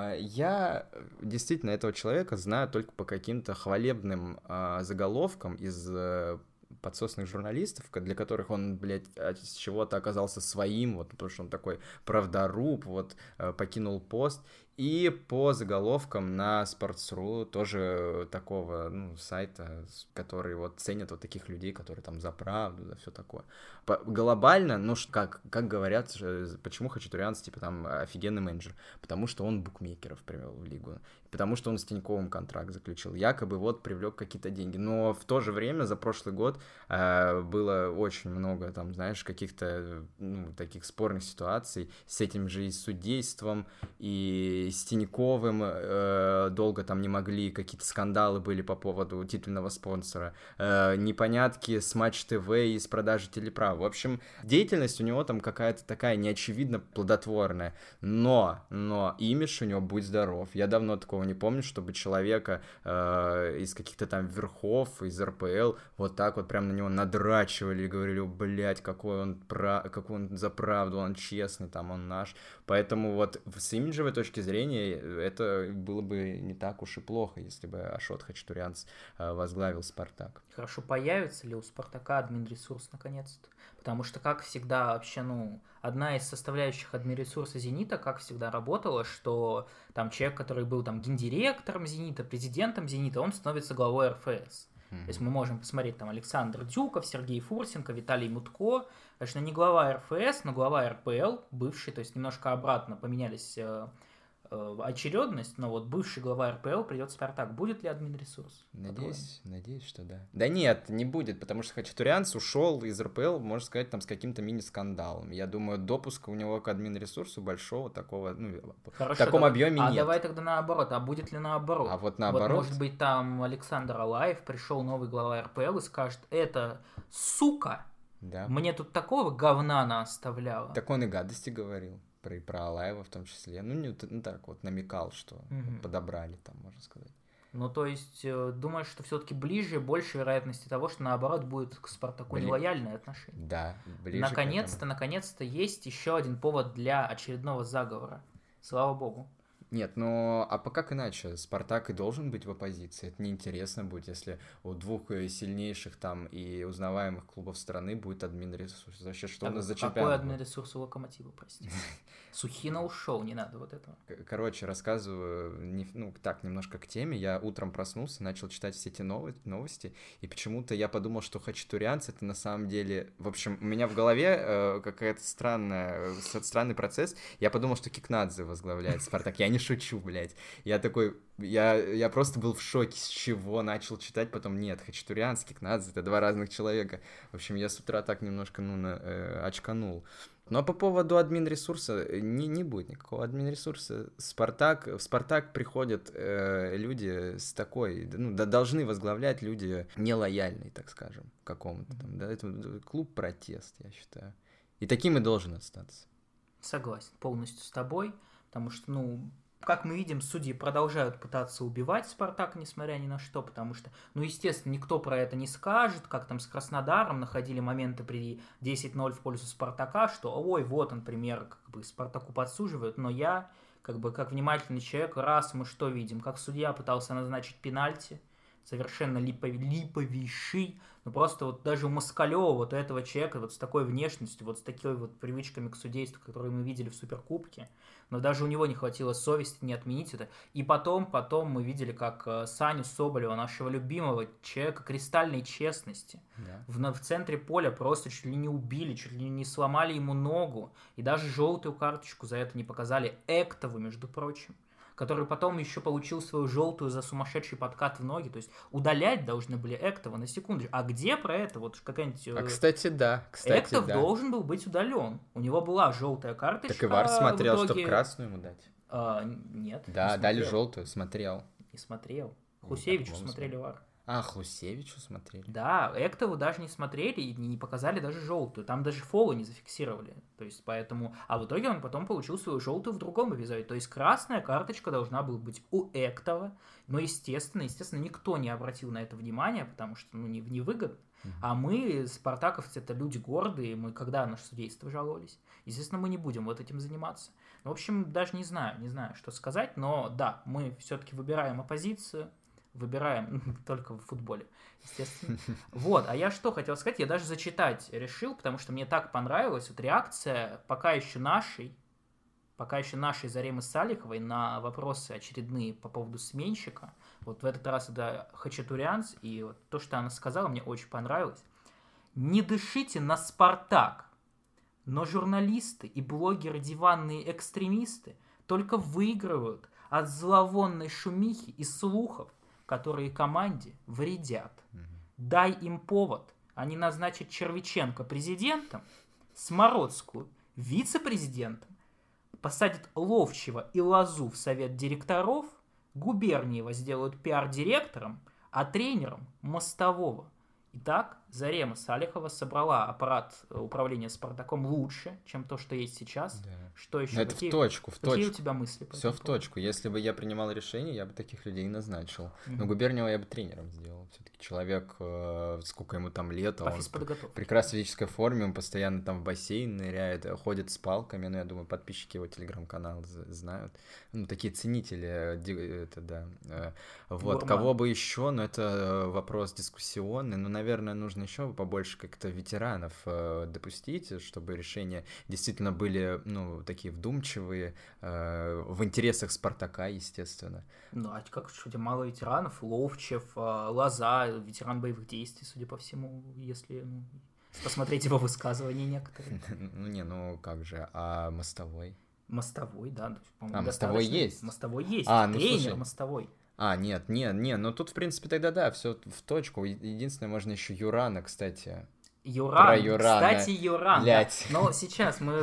Я действительно этого человека знаю только по каким-то хвалебным заголовкам из подсосных журналистов, для которых он, блядь, с чего-то оказался своим, вот, потому что он такой правдоруб, вот, покинул пост, и по заголовкам на Sports.ru тоже такого, ну, сайта, который вот ценит вот таких людей, которые там за правду, за все такое. Глобально, ну, как говорят, почему хачатурянец, типа, там, офигенный менеджер? Потому что он букмекеров привел в лигу, потому что он с Тиньковым контракт заключил, якобы вот привлек какие-то деньги, но в то же время за прошлый год было очень много, там, знаешь, каких-то, ну, таких спорных ситуаций с этим же и судейством, и с Тиньковым долго там не могли, какие-то скандалы были по поводу титульного спонсора, непонятки с Матч ТВ и с продажи телеправ. В общем, деятельность у него там какая-то такая неочевидно плодотворная, но имидж у него, будь здоров. Я давно такого не помню, чтобы человека из каких-то там верхов, из РПЛ, вот так вот прям на него надрачивали и говорили, блядь, какой он за правду, он честный, там, он наш. Поэтому вот с имиджевой точки зрения это было бы не так уж и плохо, если бы Ашот Хачатурянц возглавил Спартак. Хорошо, появится ли у Спартака админресурс наконец-то? Потому что, как всегда, вообще, ну, одна из составляющих админресурса Зенита, как всегда, работала, что там человек, который был там гендиректором Зенита, президентом Зенита, он становится главой РФС. То есть мы можем посмотреть там Александр Дюков, Сергей Фурсенко, Виталий Мутко. Конечно, не глава РФС, но глава РПЛ, бывший, то есть немножко обратно поменялись очередность, но вот бывший глава РПЛ придет в Спартак. Будет ли админресурс? Надеюсь, что да. Да нет, не будет, потому что Хачатурянц ушел из РПЛ, можно сказать, там с каким-то мини-скандалом. Я думаю, допуска у него к админресурсу большого такого, ну, хорошо, в таком объеме нет. Давай тогда наоборот, а будет ли наоборот? А вот наоборот? Вот, может быть, там Александр Алаев, пришел новый глава РПЛ и скажет, это сука, да. Мне тут такого говна наоставляла. Так он и гадости говорил. Про Алаева в том числе. Ну, так вот намекал, что подобрали там, можно сказать. Ну, то есть, думаешь, что все-таки ближе, больше вероятности того, что наоборот будет к Спартаку нелояльное отношение? Да, ближе. Наконец-то есть еще один повод для очередного заговора. Слава богу. Нет, а как иначе? Спартак и должен быть в оппозиции. Это неинтересно будет, если у двух сильнейших там и узнаваемых клубов страны будет админресурс. Вообще, что у нас за чемпионат? Какой админресурс у Локомотива, прости? Сухина ушел, не надо вот этого. Короче, рассказываю, так, немножко к теме. Я утром проснулся, начал читать все эти новости, и почему-то я подумал, что хачатурянц это на самом деле... В общем, у меня в голове какая-то странный процесс. Я подумал, что Кикнадзе возглавляет Спартак. Я не шучу, блядь. Я такой... Я просто был в шоке, с чего начал читать, потом нет, Хачатурянц, Кикнадзе — это два разных человека. В общем, я с утра так немножко, очканул. Но по поводу админресурса не будет никакого админресурса. В Спартак приходят люди с такой, должны возглавлять люди нелояльные, так скажем, какому-то там, да, это клуб протест, я считаю. И таким и должен остаться. Согласен, полностью с тобой, потому что, как мы видим, судьи продолжают пытаться убивать Спартак, несмотря ни на что, потому что, естественно, никто про это не скажет, как там с Краснодаром находили моменты при 10-0 в пользу Спартака, что, вот он пример, Спартаку подсуживают, но я, как внимательный человек, раз мы что видим, как судья пытался назначить пенальти, совершенно липовейший, ну просто вот даже у Москалева, вот у этого человека, вот с такой внешностью, вот с такой вот привычками к судейству, которые мы видели в Суперкубке, но даже у него не хватило совести не отменить это. И потом мы видели, как Саню Соболева, нашего любимого человека кристальной честности, в центре поля просто чуть ли не убили, чуть ли не сломали ему ногу, и даже желтую карточку за это не показали Эктову, между прочим, который потом еще получил свою желтую за сумасшедший подкат в ноги. То есть удалять должны были Эктова, на секунду. А где про это? Вот какая-нибудь... кстати, да. Эктов должен был быть удален. У него была желтая карточка. Так и ВАР смотрел, чтобы красную ему дать. Нет. Да, дали желтую, смотрел. Не смотрел. Хусевичу смотрели ВАР. Хлусевичу смотрели? Да, Эктову даже не смотрели и не показали даже желтую. Там даже фола не зафиксировали. То есть, поэтому... А в итоге он потом получил свою желтую в другом эпизоде. То есть, красная карточка должна была быть у Эктова. Но, естественно, никто не обратил на это внимание, потому что, невыгодно. А мы, спартаковцы, это люди гордые. Мы когда наше судейство жаловались? Естественно, мы не будем вот этим заниматься. В общем, даже не знаю, что сказать. Но, да, мы все-таки выбираем оппозицию. Выбираем только в футболе, естественно. Вот, а я что хотел сказать, я даже зачитать решил, потому что мне так понравилась вот реакция пока еще нашей Заремы Салиховой на вопросы очередные по поводу сменщика. Вот в этот раз это Хачатурянц, и вот то, что она сказала, мне очень понравилось. Не дышите на Спартак, но журналисты и блогеры-диванные экстремисты только выигрывают от зловонной шумихи и слухов, которые команде вредят. Дай им повод. Они назначат Червиченко президентом, Смородскую вице-президентом, посадят Ловчева и Лозу в совет директоров, Губерниева сделают пиар-директором, а тренером Мостового. Итак, Зарема Салихова собрала аппарат управления «Спартаком» лучше, чем то, что есть сейчас. Да. Что еще? Это в точку. Какие у тебя мысли? Все в точку. Если бы я принимал решение, я бы таких людей назначил. Но Губерниева я бы тренером сделал. Все-таки человек, сколько ему там лет, он в прекрасной физической форме, он постоянно там в бассейн ныряет, ходит с палками. Ну, я думаю, подписчики его телеграм-канала знают. Ну, такие ценители, это да. Вот, Гурман. Кого бы еще, но это вопрос дискуссионный. Ну, наверное, нужно еще побольше как-то ветеранов допустить, чтобы решения действительно были, такие вдумчивые, в интересах Спартака, естественно. Ну, а как, что у тебя мало ветеранов? Ловчев, Лоза, ветеран боевых действий, судя по всему, если посмотреть его высказывания некоторые. Как же, а Мостовой? Мостовой, да. Мостовой есть? Мостовой есть, тренер Мостовой. Нет, но тут, в принципе, тогда да, все в точку. Единственное, можно еще Юрана, кстати. Кстати, Юран. Да. Но сейчас мы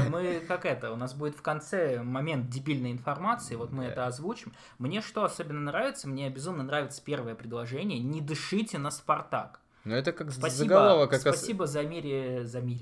у нас будет в конце момент дебильной информации, вот мы это озвучим. Мне что особенно нравится? Мне безумно нравится первое предложение: не дышите на Спартак. Ну это как заголовок. Спасибо Зареме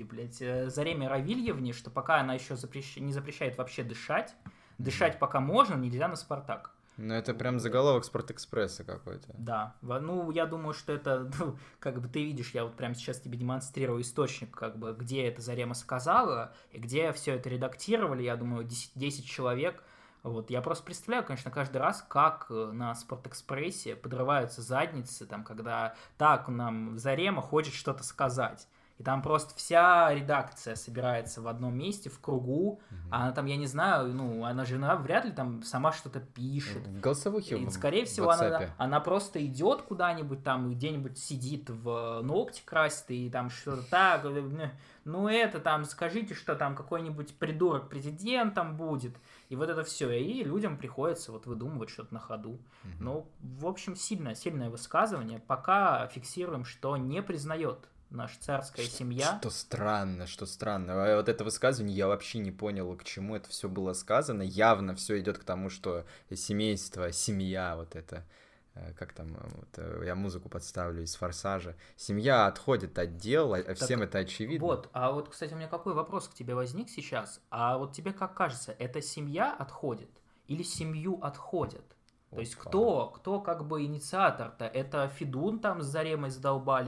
Равильевне, что пока она еще не запрещает вообще дышать пока можно, нельзя на Спартак. Ну, это прям заголовок Спортэкспресса какой-то. Да. Я думаю, что это, как бы ты видишь, я вот прямо сейчас тебе демонстрирую источник, как бы, где это Зарема сказала, и где все это редактировали, я думаю, 10 человек. Вот. Я просто представляю, конечно, каждый раз, как на Спортэкспрессе подрываются задницы, там, когда нам Зарема хочет что-то сказать. И там просто вся редакция собирается в одном месте, в кругу. А она там, я не знаю, она же вряд ли там сама что-то пишет. В голосовухе, и, скорее всего, она просто идет куда-нибудь там, где-нибудь сидит в ногти красит, и там что-то так, это там, скажите, что там какой-нибудь придурок президентом будет. И вот это все. И людям приходится вот выдумывать что-то на ходу. В общем, сильное высказывание. Пока фиксируем, что не признает наша царская семья. Что странно. Вот это высказывание я вообще не понял, к чему это все было сказано. Явно все идет к тому, что семейство, семья, вот это, как там, я музыку подставлю из «Форсажа». Семья отходит от дел, всем это очевидно. Вот, а вот, кстати, у меня какой вопрос к тебе возник сейчас? А вот тебе как кажется, это семья отходит или семью отходят? То есть кто как бы инициатор-то? Это Федун там с Заремой задолбались?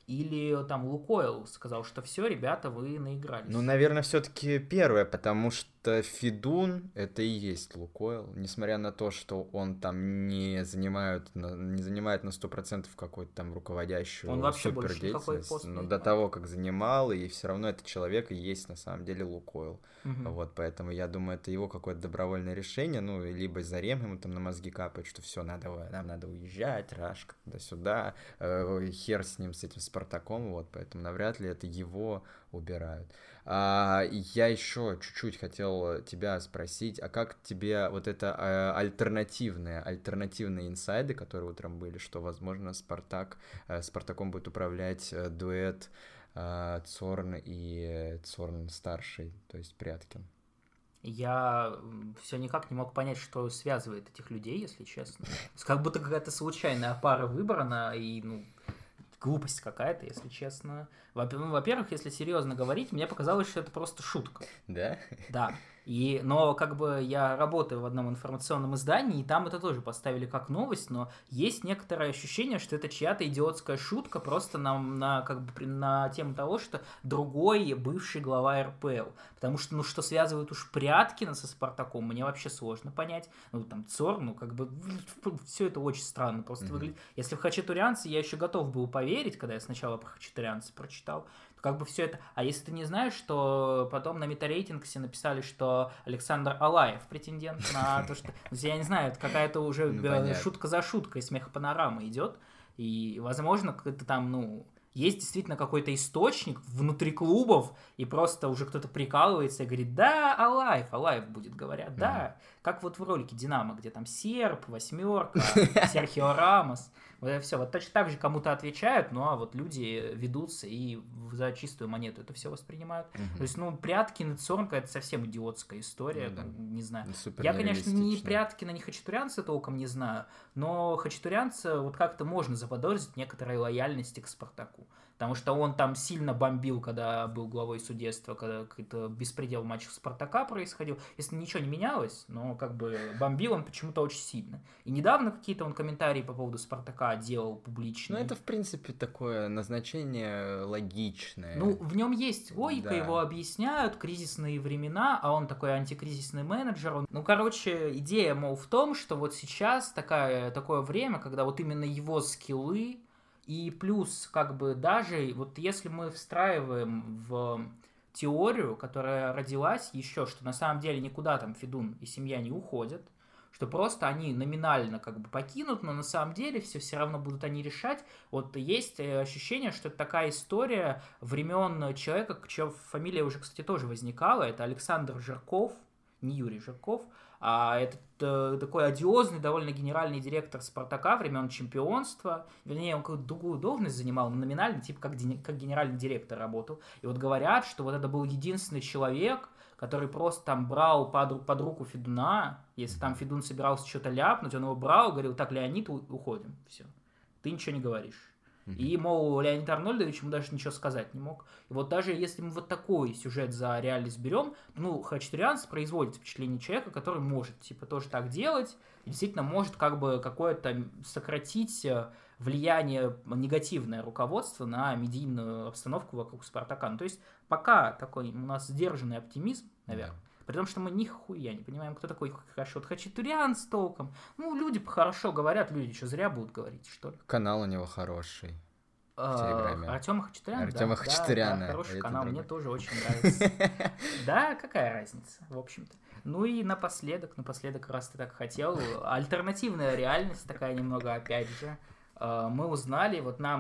или там Лукойл сказал, что все, ребята, вы наигрались? Ну, наверное, все-таки первое, потому что Федун это и есть Лукойл, несмотря на то, что он там не занимает на 100% какую-то там руководящую Он вообще больше никакой супердеятельность, пост не но до занимает. того, как занимал, и все равно этот человек и есть на самом деле Лукойл. Мгм. Вот, поэтому я думаю, это его какое-то добровольное решение, ну, либо Зарем ему там на мозги капает, что все, нам надо уезжать, Рашка, туда-сюда, хер с ним, с этим Спартаком, вот, поэтому навряд ли это его убирают. Я еще чуть-чуть хотел тебя спросить, а как тебе вот это альтернативные инсайды, которые утром были, что, возможно, Спартаком будет управлять дуэт Цорн и Цорн старший, то есть Пряткин? Я все никак не мог понять, что связывает этих людей, если честно. Как будто какая-то случайная пара выбрана, и, глупость какая-то, если честно. Во-первых, если серьезно говорить, мне показалось, что это просто шутка. Да? Да. Но как бы я работаю в одном информационном издании, и там это тоже поставили как новость, но есть некоторое ощущение, что это чья-то идиотская шутка просто на тему того, что другой бывший глава РПЛ. Потому что, что связывает уж Пряткина со Спартаком, мне вообще сложно понять. Там Цор, все это очень странно просто выглядит. Если в хачатурянцы я еще готов был поверить, когда я сначала про хачатурянцы прочитал, как бы все это... А если ты не знаешь, что потом на Метарейтингсе написали, что Александр Алаев претендент на то, что... Я не знаю, это какая-то уже шутка за шуткой, смехопанорама идет. И, возможно, это там, есть действительно какой-то источник внутри клубов, и просто уже кто-то прикалывается и говорит, да, Алаев будет, говорят, да. Как вот в ролике «Динамо», где там Серб, Восьмерка, Серхио Рамос. Вот это все. Вот точно так же кому-то отвечают, а вот люди ведутся и за чистую монету это все воспринимают. То есть, Пряткин и Цорнка — это совсем идиотская история, не знаю. Я, конечно, ни Пряткина, ни хачатурянца толком не знаю, но хачатурянца вот как-то можно заподозрить некоторой лояльности к Спартаку. Потому что он там сильно бомбил, когда был главой судейства, когда какой-то беспредел в матчах Спартака происходил. Если ничего не менялось, но как бы бомбил он почему-то очень сильно. И недавно какие-то он комментарии по поводу Спартака делал публичные. Это, в принципе, такое назначение логичное. В нем есть логика, да. Его объясняют, кризисные времена, а он такой антикризисный менеджер. Идея, в том, что вот сейчас такое время, когда вот именно его скиллы. И плюс, как бы даже, вот если мы встраиваем в теорию, которая родилась еще, что на самом деле никуда там Федун и семья не уходят, что просто они номинально как бы покинут, но на самом деле все равно будут они решать. Вот есть ощущение, что это такая история времен человека, чья фамилия уже, кстати, тоже возникала, это Александр Жирков, не Юрий Жирков, а это такой одиозный довольно генеральный директор Спартака времен чемпионства. Вернее, он какую-то другую должность занимал, номинально, типа как генеральный директор работал. И вот говорят, что вот это был единственный человек, который просто там брал под руку Федуна, если там Федун собирался что-то ляпнуть, он его брал, говорил, так, Леонид, уходим, все, ты ничего не говоришь. И, мол, Леонид Арнольдович ему даже ничего сказать не мог. И вот даже если мы вот такой сюжет за реальность берем, хачатурянец производит впечатление человека, который может, тоже так делать, и действительно может как бы какое-то сократить влияние негативное руководства на медийную обстановку вокруг Спартака. То есть пока такой у нас сдержанный оптимизм, наверное. При том, что мы нихуя не понимаем, кто такой хачатурян с толком. Люди хорошо говорят, люди что, зря будут говорить, что ли? Канал у него хороший в Телеграме. Артема Хачатуряна? Артема Хачатуряна. Да, хороший канал, мне тоже очень нравится. Да, какая разница, в общем-то. И напоследок, раз ты так хотел, альтернативная реальность такая немного, опять же. Мы узнали,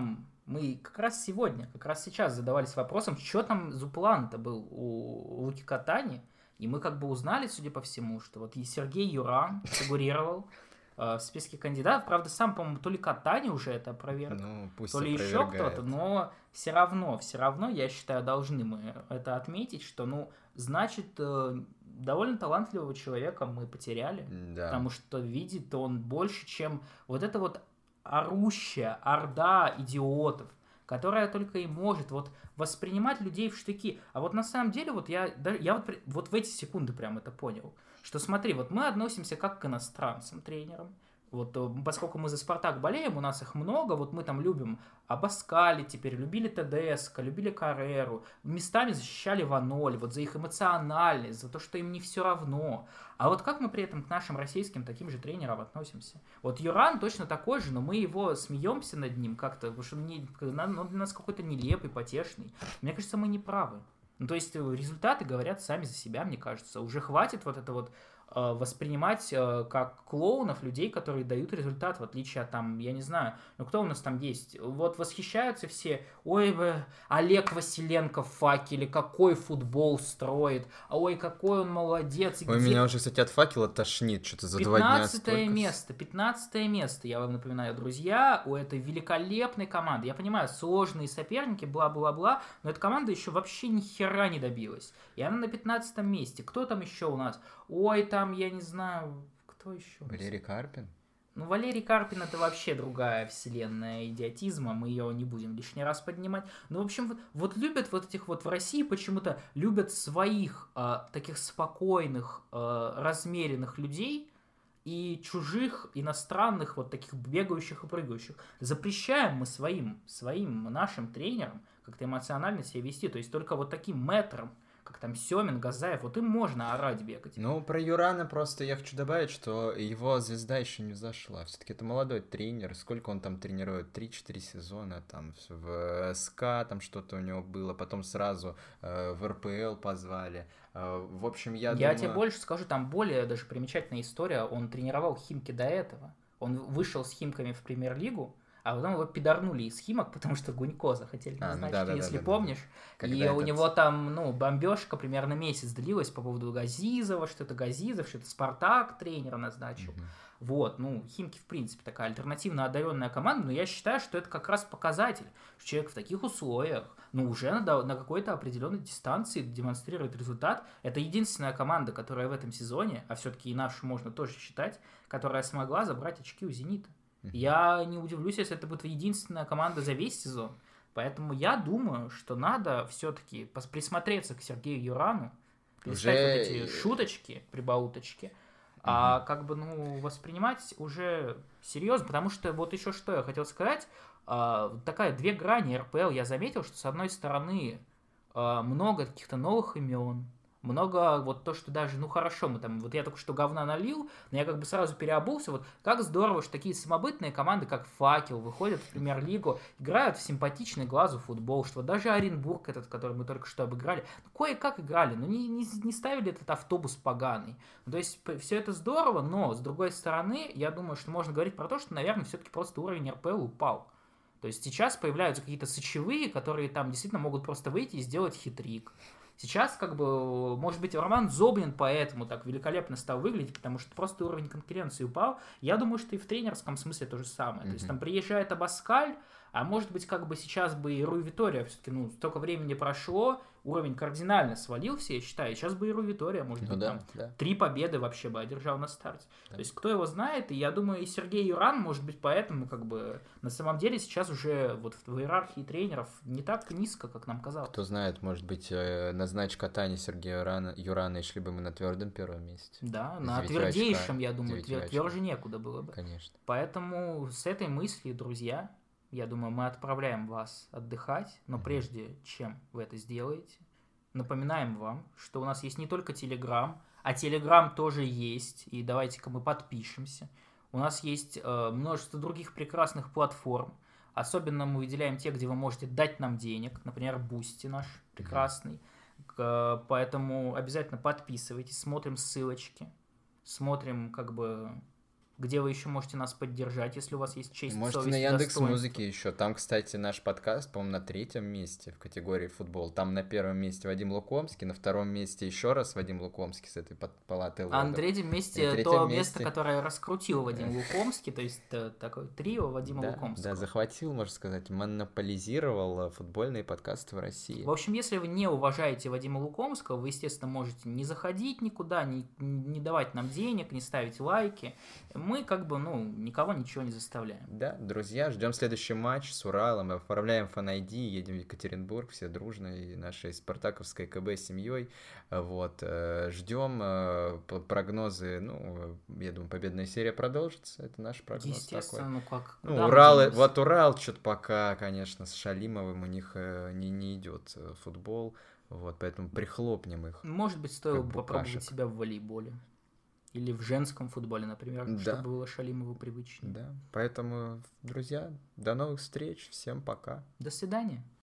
мы как раз сейчас задавались вопросом, что там за план-то был у Луки Катани. И мы как бы узнали, судя по всему, что вот и Сергей Юран фигурировал в списке кандидатов. Правда, сам, по-моему, то ли Катани уже это опроверг, то ли еще кто-то, но все равно, я считаю, должны мы это отметить, что, значит, довольно талантливого человека мы потеряли, да. Потому что видит он больше, чем вот это вот орущая орда идиотов, которая только и может воспринимать людей в штыки. А вот на самом деле я в эти секунды прям это понял, что смотри, мы относимся как к иностранцам, тренерам, Вот поскольку мы за «Спартак» болеем, у нас их много, вот мы там любим Абаскали теперь, любили ТДСК, любили Карреру, местами защищали Ваноль, вот за их эмоциональность, за то, что им не все равно. А вот как мы при этом к нашим российским таким же тренерам относимся? Вот Юран точно такой же, но мы его смеемся над ним как-то, потому что он для нас какой-то нелепый, потешный. Мне кажется, мы не правы. Ну, то есть результаты говорят сами за себя, мне кажется. Уже хватит вот это вот воспринимать как клоунов людей, которые дают результат, в отличие от там, я не знаю, ну кто у нас там есть? Вот восхищаются все, ой, Олег Василенко в «Факеле», какой футбол строит, ой, какой он молодец. Ой, меня уже, кстати, от «Факела» тошнит, что-то за 2 дня столько. 15 место, я вам напоминаю, друзья, у этой великолепной команды. Я понимаю, сложные соперники, бла-бла-бла, но эта команда еще вообще ни хера не добилась. И она на 15 месте. Кто там еще у нас? Ой, там, я не знаю, кто еще? Валерий Карпин? Ну, Валерий Карпин — это вообще другая вселенная идиотизма, мы ее не будем лишний раз поднимать. Ну, в общем, вот любят вот этих вот в России почему-то, любят своих таких спокойных, размеренных людей и чужих, иностранных, вот таких бегающих и прыгающих. Запрещаем мы своим нашим тренерам как-то эмоционально себя вести, то есть только вот таким мэтром, как там Семин, Газаев, вот им можно орать, бегать. Ну, про Юрана просто я хочу добавить, что его звезда еще не взошла. Все-таки это молодой тренер. Сколько он там тренирует? 3-4 сезона. Там в СК там что-то у него было. Потом сразу в РПЛ позвали. В общем, я думаю... тебе больше скажу, там более даже примечательная история. Он тренировал Химки до этого. Он вышел с Химками в Премьер-лигу, а потом его пидорнули из Химок, потому что Гунько захотели назначить, если помнишь. И у него там, бомбежка примерно месяц длилась по поводу Газизова, что это Газизов, что это Спартак тренера назначил. Вот, Химки, в принципе, такая альтернативно одаренная команда, но я считаю, что это как раз показатель, что человек в таких условиях, уже на какой-то определенной дистанции демонстрирует результат. Это единственная команда, которая в этом сезоне, а все-таки и нашу можно тоже считать, которая смогла забрать очки у «Зенита». Я не удивлюсь, если это будет единственная команда за весь сезон. Поэтому я думаю, что надо все-таки присмотреться к Сергею Юрану, перестать вот эти шуточки, прибауточки, а воспринимать уже серьезно. Потому что вот еще что я хотел сказать. Такая 2 грани РПЛ. Я заметил, что с одной стороны много каких-то новых имен, много вот то, что даже, хорошо, вот я только что говна налил, но я как бы сразу переобулся, вот как здорово, что такие самобытные команды, как «Факел», выходят в Премьер-лигу, играют в симпатичный глазу футбол, что даже Оренбург этот, который мы только что обыграли, кое-как играли, но не ставили этот автобус поганый. То есть все это здорово, но с другой стороны, я думаю, что можно говорить про то, что, наверное, все-таки просто уровень РПЛ упал. То есть сейчас появляются какие-то сочевые, которые там действительно могут просто выйти и сделать хитрик. Сейчас, может быть, Роман Зобнин поэтому так великолепно стал выглядеть, потому что просто уровень конкуренции упал. Я думаю, что и в тренерском смысле то же самое. То есть там приезжает Абаскаль, а может быть, сейчас бы и Руй Витория, все-таки, столько времени прошло, уровень кардинально свалился, я считаю. Сейчас бы и Руй Витория, может быть, 3 победы вообще бы одержал на старте. Да. То есть, кто его знает, и я думаю, и Сергей Юран, может быть, поэтому, на самом деле, сейчас уже вот в иерархии тренеров не так низко, как нам казалось. Кто знает, может быть, назначь катание Сергея Юрана, и шли бы мы на твердом первом месте. Да, на твердейшем, я думаю, тверже некуда было бы. Конечно. Поэтому с этой мыслью, друзья, я думаю, мы отправляем вас отдыхать, но прежде чем вы это сделаете, напоминаем вам, что у нас есть не только Telegram, а Telegram тоже есть, и давайте-ка мы подпишемся. У нас есть множество других прекрасных платформ, особенно мы выделяем те, где вы можете дать нам денег, например, Boosty наш прекрасный, поэтому обязательно подписывайтесь, смотрим ссылочки, смотрим где вы еще можете нас поддержать, если у вас есть честь, можете совесть, на Яндекс.Музыке еще. Там, кстати, наш подкаст, по-моему, на 3-м месте в категории футбол. Там на 1-м месте Вадим Лукомский, на 2-м месте еще раз Вадим Лукомский с этой палаты лордов. А на 3-м месте то место, которое раскрутил Вадим Лукомский, то есть такое трио Вадима Лукомского. Да, захватил, можно сказать, монополизировал футбольные подкасты в России. В общем, если вы не уважаете Вадима Лукомского, вы, естественно, можете не заходить никуда, не давать нам денег, не ставить лайки. мы как бы, никого ничего не заставляем. Да, друзья, ждем следующий матч с Уралом, оформляем фан-ID, едем в Екатеринбург, все дружно, и нашей спартаковской КБ семьей. Вот, ждем прогнозы, я думаю, победная серия продолжится, это наш прогноз Естественно, такой. Урал что-то пока, конечно, с Шалимовым у них не идет футбол, вот, поэтому прихлопнем их. Может быть, стоило бы попробовать себя в волейболе. Или в женском футболе, например, чтобы было Шалимову привычнее. Да, поэтому, друзья, до новых встреч, всем пока. До свидания.